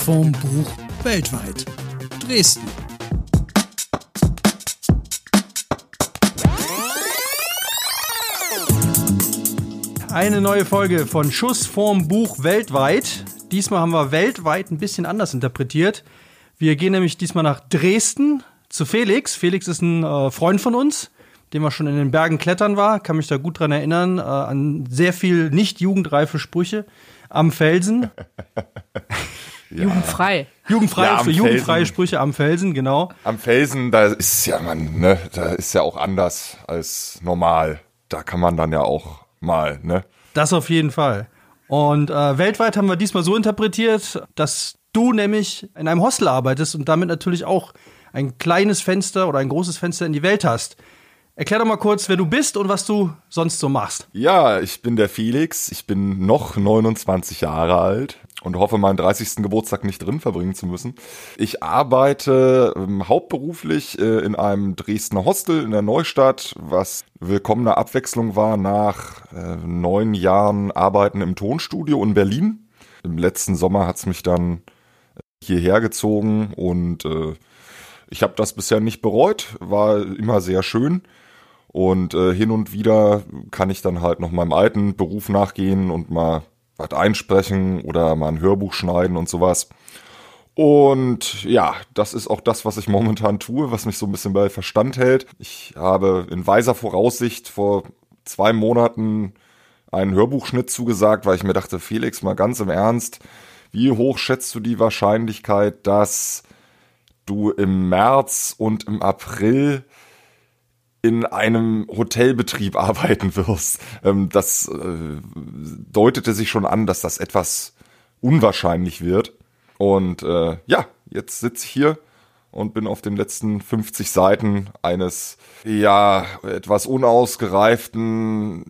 vorm Buch weltweit. Dresden. Eine neue Folge von Schuss vorm Buch weltweit. Diesmal haben wir weltweit ein bisschen anders interpretiert. Wir gehen nämlich diesmal nach Dresden zu Felix. Felix ist ein Freund von uns, dem wir schon in den Bergen klettern war. Kann mich da gut dran erinnern, an sehr viel nicht jugendreife Sprüche am Felsen. Ja. Jugendfrei, ja, für jugendfreie Sprüche am Felsen, genau. Am Felsen, da ist ja da ist ja auch anders als normal. Da kann man dann ja auch mal, ne? Das auf jeden Fall. Und weltweit haben wir diesmal so interpretiert, dass du nämlich in einem Hostel arbeitest und damit natürlich auch ein kleines Fenster oder ein großes Fenster in die Welt hast. Erklär doch mal kurz, wer du bist und was du sonst so machst. Ja, ich bin der Felix. Ich bin noch 29 Jahre alt und hoffe, meinen 30. Geburtstag nicht drin verbringen zu müssen. Ich arbeite hauptberuflich in einem Dresdner Hostel in der Neustadt, was willkommene Abwechslung war nach 9 Jahren Arbeiten im Tonstudio in Berlin. Im letzten Sommer hat's mich dann hierher gezogen und ich habe das bisher nicht bereut, war immer sehr schön. Und hin und wieder kann ich dann halt noch meinem alten Beruf nachgehen und mal was einsprechen oder mal ein Hörbuch schneiden und sowas. Und ja, das ist auch das, was ich momentan tue, was mich so ein bisschen bei Verstand hält. Ich habe in weiser Voraussicht vor 2 Monaten einen Hörbuchschnitt zugesagt, weil ich mir dachte, Felix, mal ganz im Ernst, wie hoch schätzt du die Wahrscheinlichkeit, dass du im März und im April in einem Hotelbetrieb arbeiten wirst? Das deutete sich schon an, dass das etwas unwahrscheinlich wird. Und ja, jetzt sitze ich hier und bin auf den letzten 50 Seiten eines, ja, etwas unausgereiften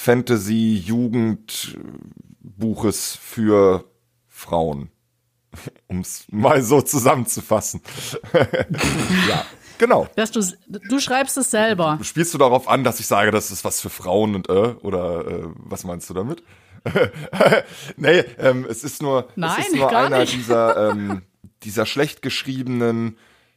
Fantasy-Jugendbuches für Frauen. Um es mal so zusammenzufassen. Ja. Genau. Du schreibst es selber. Spielst du darauf an, dass ich sage, das ist was für Frauen und oder was meinst du damit? Nee, es ist nur einer dieser schlecht geschriebenen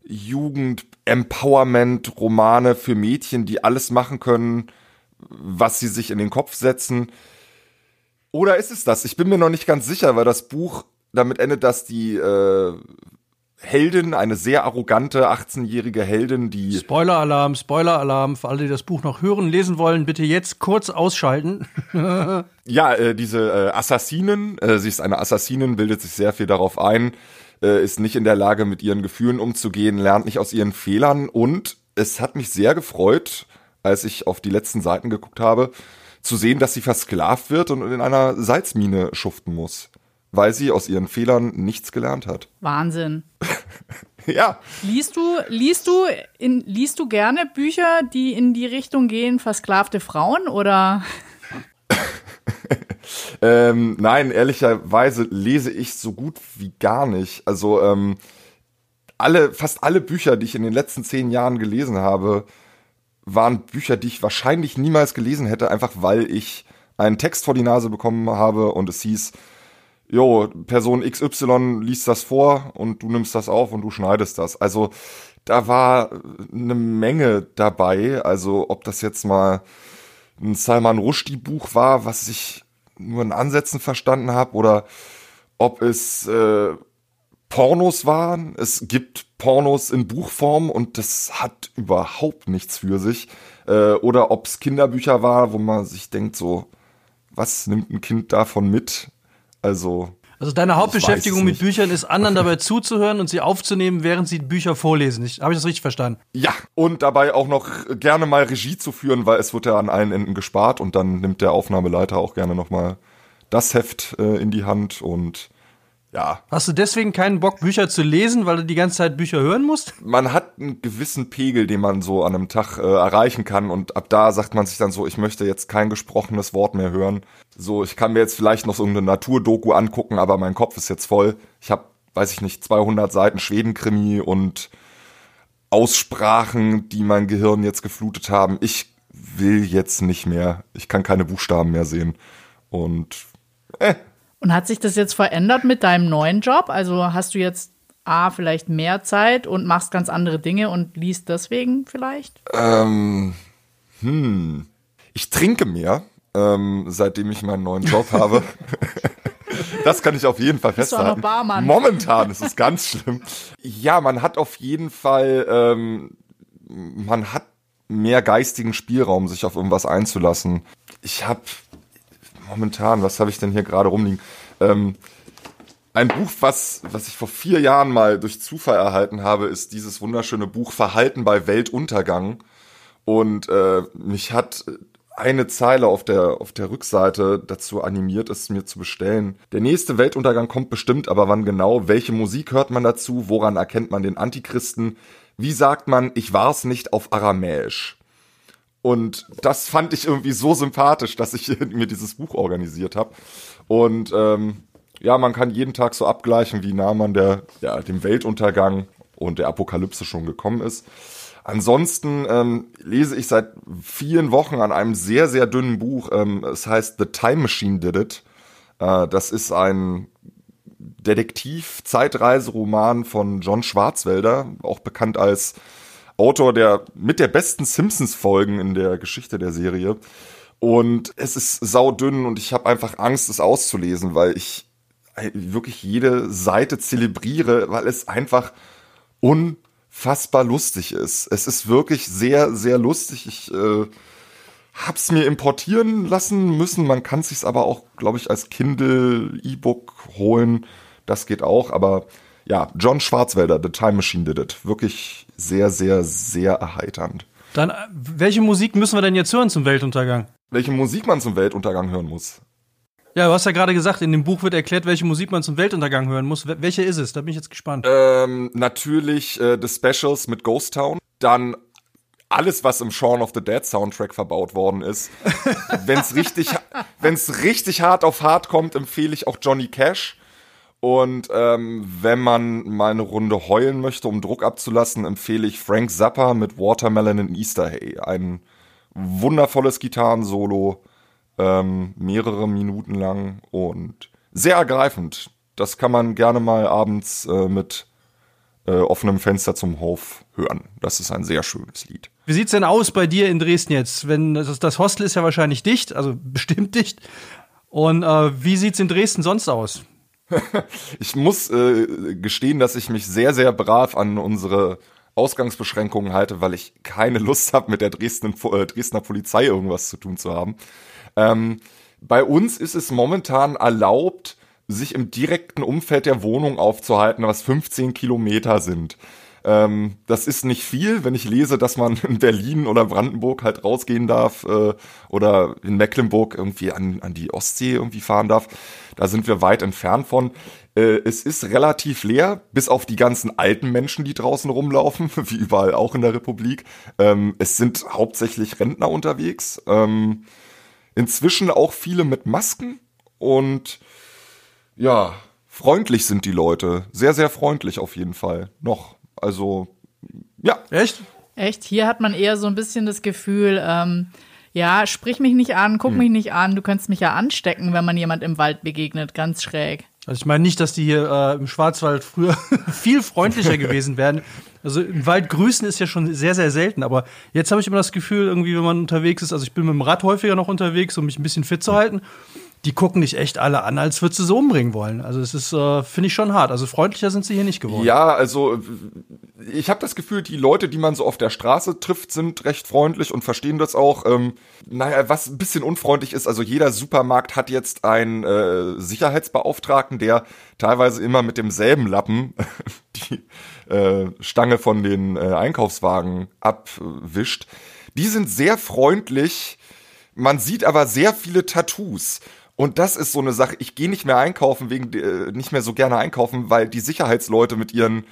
Jugend-Empowerment-Romane für Mädchen, die alles machen können, was sie sich in den Kopf setzen. Oder ist es das? Ich bin mir noch nicht ganz sicher, weil das Buch damit endet, dass die Heldin, eine sehr arrogante 18-jährige Heldin, die... Spoiler-Alarm, für alle, die das Buch noch hören, lesen wollen, bitte jetzt kurz ausschalten. Ja, diese Assassinin, sie ist eine Assassinin, bildet sich sehr viel darauf ein, ist nicht in der Lage, mit ihren Gefühlen umzugehen, lernt nicht aus ihren Fehlern und es hat mich sehr gefreut, als ich auf die letzten Seiten geguckt habe, zu sehen, dass sie versklavt wird und in einer Salzmine schuften muss, weil sie aus ihren Fehlern nichts gelernt hat. Wahnsinn. Ja. Liest du gerne Bücher, die in die Richtung gehen, versklavte Frauen, oder? Nein, ehrlicherweise lese ich so gut wie gar nicht. Also fast alle Bücher, die ich in den letzten 10 Jahren gelesen habe, waren Bücher, die ich wahrscheinlich niemals gelesen hätte, einfach weil ich einen Text vor die Nase bekommen habe und es hieß, jo, Person XY liest das vor und du nimmst das auf und du schneidest das. Also da war eine Menge dabei. Also ob das jetzt mal ein Salman Rushdie Buch war, was ich nur in Ansätzen verstanden habe, oder ob es Pornos waren. Es gibt Pornos in Buchform und das hat überhaupt nichts für sich. Oder ob es Kinderbücher war, wo man sich denkt so, was nimmt ein Kind davon mit? Also deine Hauptbeschäftigung mit Büchern ist, anderen dabei zuzuhören und sie aufzunehmen, während sie Bücher vorlesen. Habe ich das richtig verstanden? Ja, und dabei auch noch gerne mal Regie zu führen, weil es wird ja an allen Enden gespart und dann nimmt der Aufnahmeleiter auch gerne nochmal das Heft in die Hand und ja. Hast du deswegen keinen Bock, Bücher zu lesen, weil du die ganze Zeit Bücher hören musst? Man hat einen gewissen Pegel, den man so an einem Tag erreichen kann und ab da sagt man sich dann so, ich möchte jetzt kein gesprochenes Wort mehr hören. So, ich kann mir jetzt vielleicht noch so eine Naturdoku angucken, aber mein Kopf ist jetzt voll. Ich habe, 200 Seiten Schweden-Krimi und Aussprachen, die mein Gehirn jetzt geflutet haben. Ich will jetzt nicht mehr. Ich kann keine Buchstaben mehr sehen. Und Und hat sich das jetzt verändert mit deinem neuen Job? Also hast du jetzt vielleicht mehr Zeit und machst ganz andere Dinge und liest deswegen vielleicht? Ich trinke mehr, seitdem ich meinen neuen Job habe. Das kann ich auf jeden Fall Bist du auch festhalten. noch Barmann? Momentan ist es ganz schlimm. Ja, man hat auf jeden Fall, man hat mehr geistigen Spielraum, sich auf irgendwas einzulassen. Ich habe momentan, was habe ich denn hier gerade rumliegen? Ein Buch, was ich vor 4 Jahren mal durch Zufall erhalten habe, ist dieses wunderschöne Buch Verhalten bei Weltuntergang. Und mich hat eine Zeile auf der Rückseite dazu animiert, es mir zu bestellen. Der nächste Weltuntergang kommt bestimmt, aber wann genau? Welche Musik hört man dazu? Woran erkennt man den Antichristen? Wie sagt man, ich war's nicht auf Aramäisch? Und das fand ich irgendwie so sympathisch, dass ich mir dieses Buch organisiert habe. Und ja, man kann jeden Tag so abgleichen, wie nah man dem Weltuntergang und der Apokalypse schon gekommen ist. Ansonsten lese ich seit vielen Wochen an einem sehr, sehr dünnen Buch. Es heißt The Time Machine Did It. Das ist ein Detektiv-Zeitreiseroman von John Schwarzwälder, auch bekannt als Autor der besten Simpsons-Folgen in der Geschichte der Serie. Und es ist saudünn und ich habe einfach Angst, es auszulesen, weil ich wirklich jede Seite zelebriere, weil es einfach unfassbar lustig ist. Es ist wirklich sehr, sehr lustig. Ich hab's mir importieren lassen müssen. Man kann es sich aber auch, glaube ich, als Kindle E-Book holen. Das geht auch. Aber ja, John Schwarzwälder, The Time Machine Did It. Wirklich sehr, sehr, sehr erheiternd. Dann, welche Musik müssen wir denn jetzt hören zum Weltuntergang? Welche Musik man zum Weltuntergang hören muss? Ja, du hast ja gerade gesagt, in dem Buch wird erklärt, welche Musik man zum Weltuntergang hören muss. Welche ist es? Da bin ich jetzt gespannt. Natürlich The Specials mit Ghost Town. Dann alles, was im Shaun of the Dead Soundtrack verbaut worden ist. Wenn's richtig hart auf hart kommt, empfehle ich auch Johnny Cash. Und wenn man mal eine Runde heulen möchte, um Druck abzulassen, empfehle ich Frank Zappa mit Watermelon in Easter Hay. Ein wundervolles Gitarrensolo, mehrere Minuten lang und sehr ergreifend. Das kann man gerne mal abends mit offenem Fenster zum Hof hören. Das ist ein sehr schönes Lied. Wie sieht's denn aus bei dir in Dresden jetzt? Das Hostel ist ja wahrscheinlich dicht, also bestimmt dicht. Und wie sieht's in Dresden sonst aus? Ich muss gestehen, dass ich mich sehr, sehr brav an unsere Ausgangsbeschränkungen halte, weil ich keine Lust habe, mit der Dresdner Polizei irgendwas zu tun zu haben. Bei uns ist es momentan erlaubt, sich im direkten Umfeld der Wohnung aufzuhalten, was 15 Kilometer sind. Das ist nicht viel, wenn ich lese, dass man in Berlin oder Brandenburg halt rausgehen darf oder in Mecklenburg irgendwie an die Ostsee irgendwie fahren darf. Da sind wir weit entfernt von. Es ist relativ leer, bis auf die ganzen alten Menschen, die draußen rumlaufen, wie überall auch in der Republik. Es sind hauptsächlich Rentner unterwegs. Inzwischen auch viele mit Masken und ja, freundlich sind die Leute. Sehr, sehr freundlich auf jeden Fall. Noch. Also, ja. Echt? Echt? Hier hat man eher so ein bisschen das Gefühl, ja, sprich mich nicht an, guck mich nicht an, du könntest mich ja anstecken, wenn man jemand im Wald begegnet. Ganz schräg. Also ich meine nicht, dass die hier im Schwarzwald früher viel freundlicher gewesen wären. Also im Wald grüßen ist ja schon sehr, sehr selten. Aber jetzt habe ich immer das Gefühl, irgendwie, wenn man unterwegs ist, also ich bin mit dem Rad häufiger noch unterwegs, um mich ein bisschen fit zu halten. Die gucken dich echt alle an, als würdest du sie umbringen wollen. Also es ist, finde ich, schon hart. Also freundlicher sind sie hier nicht geworden. Ja, also ich habe das Gefühl, die Leute, die man so auf der Straße trifft, sind recht freundlich und verstehen das auch. Naja, was ein bisschen unfreundlich ist, also jeder Supermarkt hat jetzt einen Sicherheitsbeauftragten, der teilweise immer mit demselben Lappen die Stange von den Einkaufswagen abwischt. Die sind sehr freundlich, man sieht aber sehr viele Tattoos. Und das ist so eine Sache, ich gehe nicht mehr einkaufen, nicht mehr so gerne einkaufen, weil die Sicherheitsleute mit ihren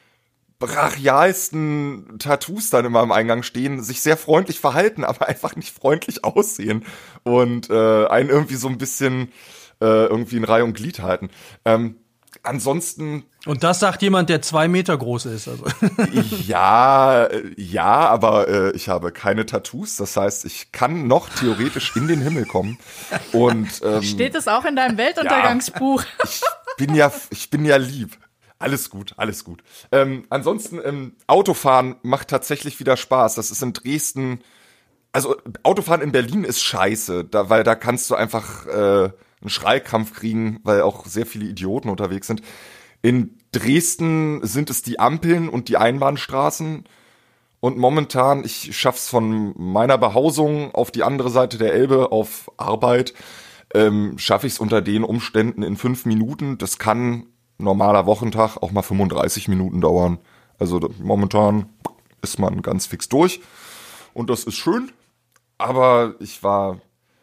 brachialsten Tattoos dann immer am Eingang stehen, sich sehr freundlich verhalten, aber einfach nicht freundlich aussehen und einen irgendwie so ein bisschen irgendwie in Reihe und Glied halten. ansonsten... Und das sagt jemand, der 2 Meter groß ist. Also. Ja, aber ich habe keine Tattoos. Das heißt, ich kann noch theoretisch in den Himmel kommen. Und steht es auch in deinem Weltuntergangsbuch? Ja, ich bin ja lieb. Alles gut. Ansonsten, Autofahren macht tatsächlich wieder Spaß. Das ist in Dresden, also Autofahren in Berlin ist scheiße, weil da kannst du einfach einen Schreikrampf kriegen, weil auch sehr viele Idioten unterwegs sind. In Dresden sind es die Ampeln und die Einbahnstraßen. Und momentan, ich schaff's von meiner Behausung auf die andere Seite der Elbe auf Arbeit, schaffe ich es unter den Umständen in 5 Minuten. Das kann normaler Wochentag auch mal 35 Minuten dauern. Also momentan ist man ganz fix durch. Und das ist schön. Aber ich war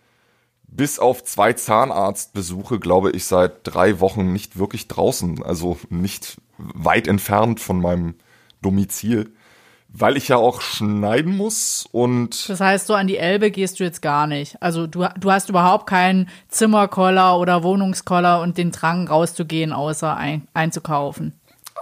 bis auf 2 Zahnarztbesuche, glaube ich, seit 3 Wochen nicht wirklich draußen. Also nicht weit entfernt von meinem Domizil. Weil ich ja auch schneiden muss und... Das heißt, so an die Elbe gehst du jetzt gar nicht. Also du hast überhaupt keinen Zimmerkoller oder Wohnungskoller und den Drang rauszugehen, außer einzukaufen.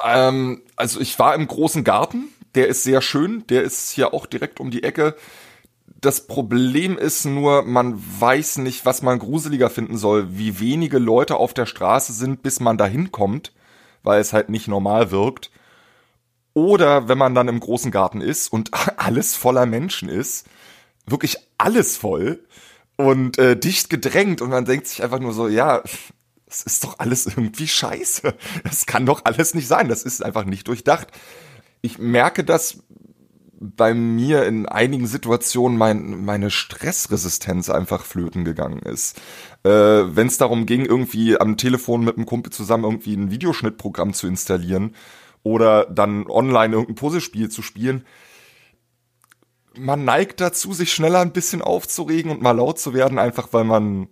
Also ich war im großen Garten, der ist sehr schön, der ist hier auch direkt um die Ecke. Das Problem ist nur, man weiß nicht, was man gruseliger finden soll, wie wenige Leute auf der Straße sind, bis man dahin kommt, weil es halt nicht normal wirkt. Oder wenn man dann im großen Garten ist und alles voller Menschen ist, wirklich alles voll und dicht gedrängt und man denkt sich einfach nur so, ja, das ist doch alles irgendwie scheiße. Das kann doch alles nicht sein, das ist einfach nicht durchdacht. Ich merke, dass bei mir in einigen Situationen meine Stressresistenz einfach flöten gegangen ist. Wenn es darum ging, irgendwie am Telefon mit einem Kumpel zusammen irgendwie ein Videoschnittprogramm zu installieren, oder dann online irgendein Puzzlespiel zu spielen. Man neigt dazu, sich schneller ein bisschen aufzuregen und mal laut zu werden, einfach weil man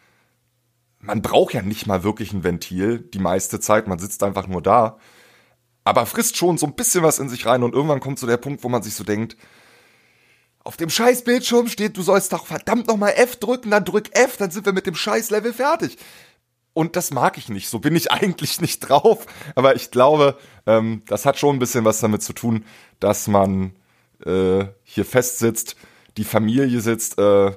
braucht ja nicht mal wirklich ein Ventil die meiste Zeit, man sitzt einfach nur da, aber frisst schon so ein bisschen was in sich rein und irgendwann kommt so der Punkt, wo man sich so denkt, auf dem scheiß Bildschirm steht, du sollst doch verdammt nochmal F drücken, dann drück F, dann sind wir mit dem scheiß Level fertig. Und das mag ich nicht, so bin ich eigentlich nicht drauf, aber ich glaube, das hat schon ein bisschen was damit zu tun, dass man hier festsitzt, die Familie sitzt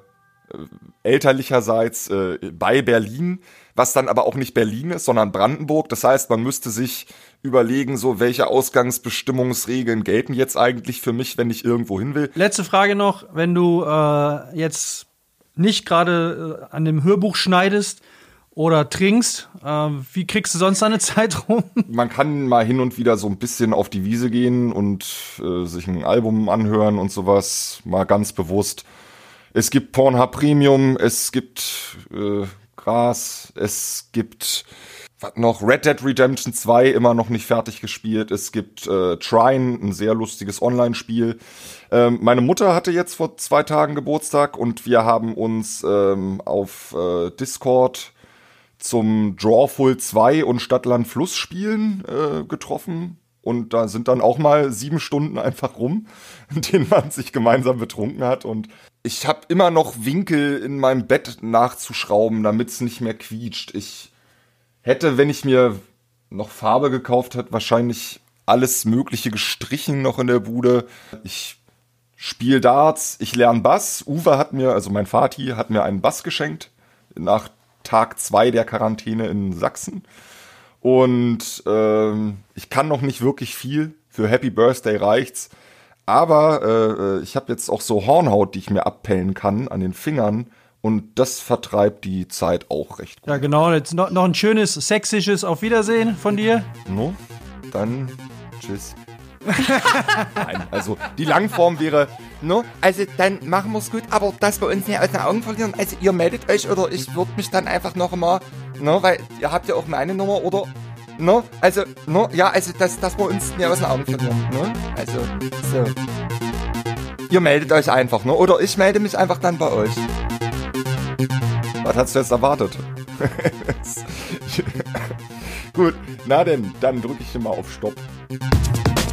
elterlicherseits bei Berlin, was dann aber auch nicht Berlin ist, sondern Brandenburg. Das heißt, man müsste sich überlegen, so welche Ausgangsbestimmungsregeln gelten jetzt eigentlich für mich, wenn ich irgendwo hin will. Letzte Frage noch, wenn du jetzt nicht gerade an dem Hörbuch schneidest, oder trinkst, wie kriegst du sonst deine Zeit rum? Man kann mal hin und wieder so ein bisschen auf die Wiese gehen und sich ein Album anhören und sowas, mal ganz bewusst. Es gibt Pornhub Premium, es gibt Gras, es gibt was noch, Red Dead Redemption 2, immer noch nicht fertig gespielt. Es gibt Trine, ein sehr lustiges Online-Spiel. Meine Mutter hatte jetzt vor 2 Tagen Geburtstag und wir haben uns auf Discord zum Drawful 2 und Stadtland Fluss spielen getroffen. Und da sind dann auch mal 7 Stunden einfach rum, in denen man sich gemeinsam betrunken hat. Und ich habe immer noch Winkel in meinem Bett nachzuschrauben, damit es nicht mehr quietscht. Ich hätte, wenn ich mir noch Farbe gekauft hätte, wahrscheinlich alles Mögliche gestrichen noch in der Bude. Ich spiele Darts, ich lerne Bass. Uwe hat mir, also mein Vati, hat mir einen Bass geschenkt nach Tag 2 der Quarantäne in Sachsen. Und ich kann noch nicht wirklich viel. Für Happy Birthday reicht's. Aber ich habe jetzt auch so Hornhaut, die ich mir abpellen kann an den Fingern. Und das vertreibt die Zeit auch recht gut. Ja, genau. Jetzt noch ein schönes, sächsisches Auf Wiedersehen von dir. No, dann tschüss. Nein, also die Langform wäre, No, also dann machen wir's gut, aber dass wir uns nicht aus den Augen verlieren, also ihr meldet euch oder ich würde mich dann einfach noch mal, no, weil ihr habt ja auch meine Nummer oder, no, also, no, ja, also dass wir uns nicht aus den Augen verlieren, no, also, so. Ihr meldet euch einfach, no, oder ich melde mich einfach dann bei euch. Was hast du jetzt erwartet? Gut, na denn, dann drücke ich mal auf Stopp.